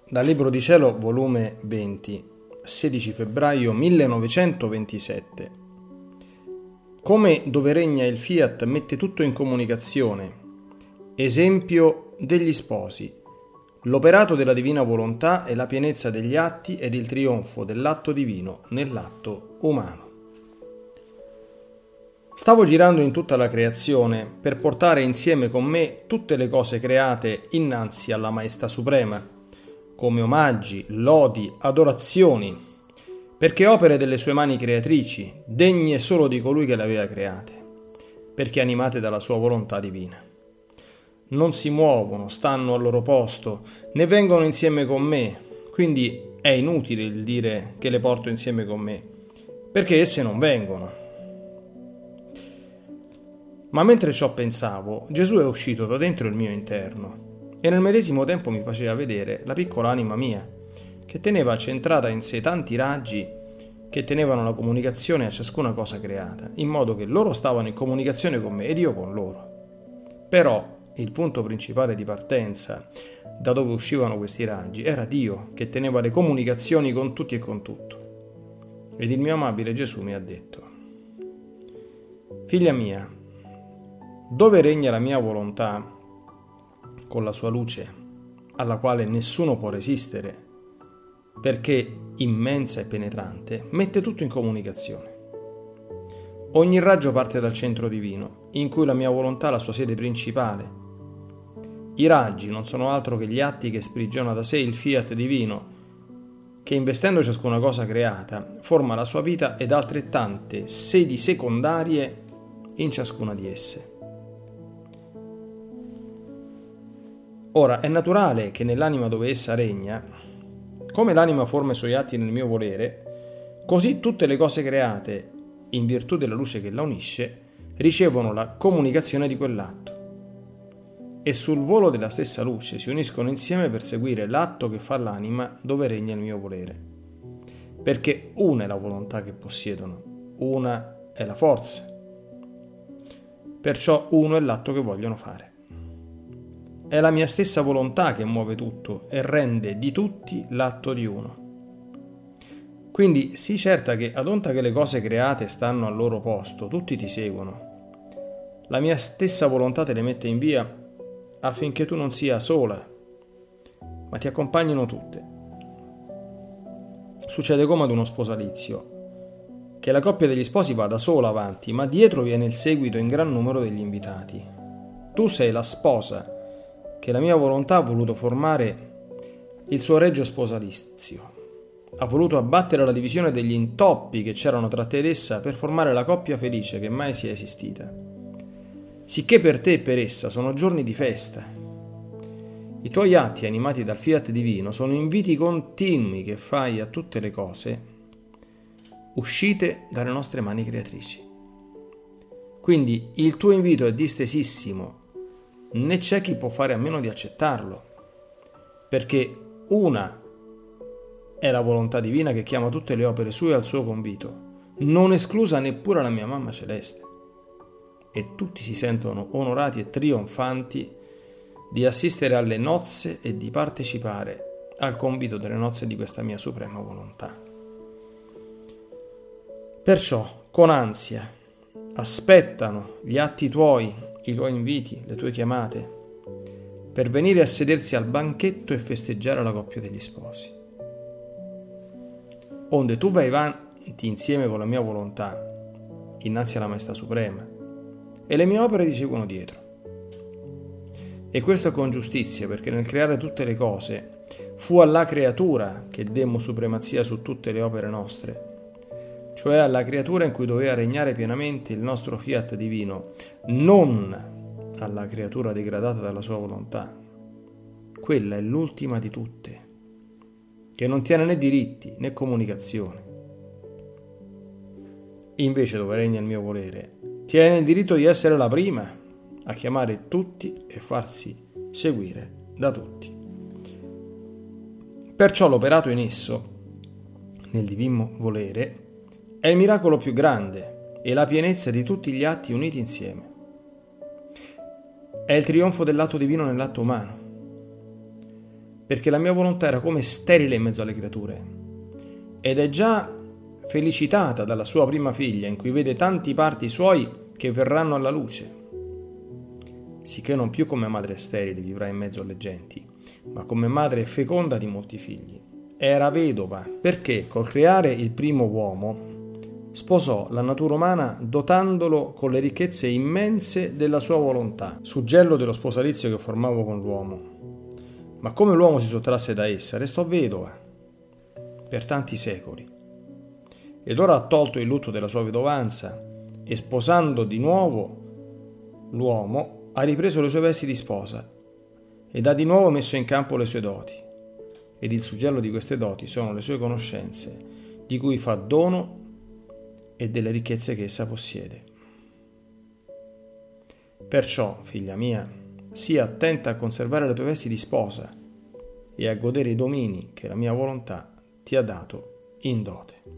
Dal Libro di Cielo, volume 20, 16 febbraio 1927. Come dove regna il Fiat mette tutto in comunicazione, esempio degli sposi, l'operato della divina volontà e la pienezza degli atti ed il trionfo dell'atto divino nell'atto umano. Stavo girando in tutta la creazione per portare insieme con me tutte le cose create innanzi alla Maestà Suprema, come omaggi, lodi, adorazioni, perché opere delle sue mani creatrici, degne solo di colui che le aveva create, perché animate dalla sua volontà divina. Non si muovono, stanno al loro posto, né vengono insieme con me, quindi è inutile il dire che le porto insieme con me, perché esse non vengono. Ma mentre ciò pensavo, Gesù è uscito da dentro il mio interno e nel medesimo tempo mi faceva vedere la piccola anima mia, che teneva centrata in sé tanti raggi che tenevano la comunicazione a ciascuna cosa creata, in modo che loro stavano in comunicazione con me ed io con loro. Però il punto principale di partenza, da dove uscivano questi raggi, era Dio, che teneva le comunicazioni con tutti e con tutto. Ed il mio amabile Gesù mi ha detto: figlia mia, dove regna la mia volontà, con la sua luce, alla quale nessuno può resistere, perché immensa e penetrante, mette tutto in comunicazione. Ogni raggio parte dal centro divino, in cui la mia volontà ha la sua sede principale. I raggi non sono altro che gli atti che sprigiona da sé il fiat divino, che investendo ciascuna cosa creata, forma la sua vita ed altrettante sedi secondarie in ciascuna di esse. Ora, è naturale che nell'anima dove essa regna, come l'anima forma i suoi atti nel mio volere, così tutte le cose create, in virtù della luce che la unisce, ricevono la comunicazione di quell'atto. E sul volo della stessa luce si uniscono insieme per seguire l'atto che fa l'anima dove regna il mio volere. Perché una è la volontà che possiedono, una è la forza. Perciò uno è l'atto che vogliono fare. È la mia stessa volontà che muove tutto e rende di tutti l'atto di uno. Quindi sii certa che ad onta che le cose create stanno al loro posto, tutti ti seguono. La mia stessa volontà te le mette in via affinché tu non sia sola, ma ti accompagnino tutte. Succede come ad uno sposalizio, che la coppia degli sposi va da sola avanti, ma dietro viene il seguito in gran numero degli invitati. Tu sei la sposa che la mia volontà ha voluto formare il suo regio sposalizio. Ha voluto abbattere la divisione degli intoppi che c'erano tra te ed essa per formare la coppia felice che mai sia esistita. Sicché per te e per essa sono giorni di festa. I tuoi atti animati dal fiat divino sono inviti continui che fai a tutte le cose uscite dalle nostre mani creatrici. Quindi il tuo invito è distesissimo, né c'è chi può fare a meno di accettarlo, perché una è la volontà divina che chiama tutte le opere sue al suo convito, non esclusa neppure la mia mamma celeste, e tutti si sentono onorati e trionfanti di assistere alle nozze e di partecipare al convito delle nozze di questa mia suprema volontà. Perciò, con ansia, aspettano gli atti tuoi, i tuoi inviti, le tue chiamate, per venire a sedersi al banchetto e festeggiare la coppia degli sposi. Onde tu vai avanti insieme con la mia volontà, innanzi alla Maestà Suprema, e le mie opere ti seguono dietro. E questo è con giustizia, perché nel creare tutte le cose fu alla creatura che demmo supremazia su tutte le opere nostre, cioè alla creatura in cui doveva regnare pienamente il nostro fiat divino, non alla creatura degradata dalla sua volontà. Quella è l'ultima di tutte, che non tiene né diritti né comunicazione. Invece dove regna il mio volere, tiene il diritto di essere la prima a chiamare tutti e farsi seguire da tutti. Perciò l'operato in esso, nel divino volere, è il miracolo più grande e la pienezza di tutti gli atti uniti insieme. È il trionfo dell'atto divino nell'atto umano. perché la mia volontà era come sterile in mezzo alle creature, ed è già felicitata dalla sua prima figlia, in cui vede tanti parti suoi che verranno alla luce, sicché non più come madre sterile vivrà in mezzo alle genti, ma come madre feconda di molti figli. Era vedova perché col creare il primo uomo sposò la natura umana dotandolo con le ricchezze immense della sua volontà, suggello dello sposalizio che formavo con l'uomo. Ma come l'uomo si sottrasse da essa, restò vedova per tanti secoli. Ed ora ha tolto il lutto della sua vedovanza e, sposando di nuovo l'uomo, ha ripreso le sue vesti di sposa ed ha di nuovo messo in campo le sue doti. Ed il suggello di queste doti sono le sue conoscenze, di cui fa dono e delle ricchezze che essa possiede. Perciò, figlia mia, sii attenta a conservare le tue vesti di sposa e a godere i domini che la mia volontà ti ha dato in dote.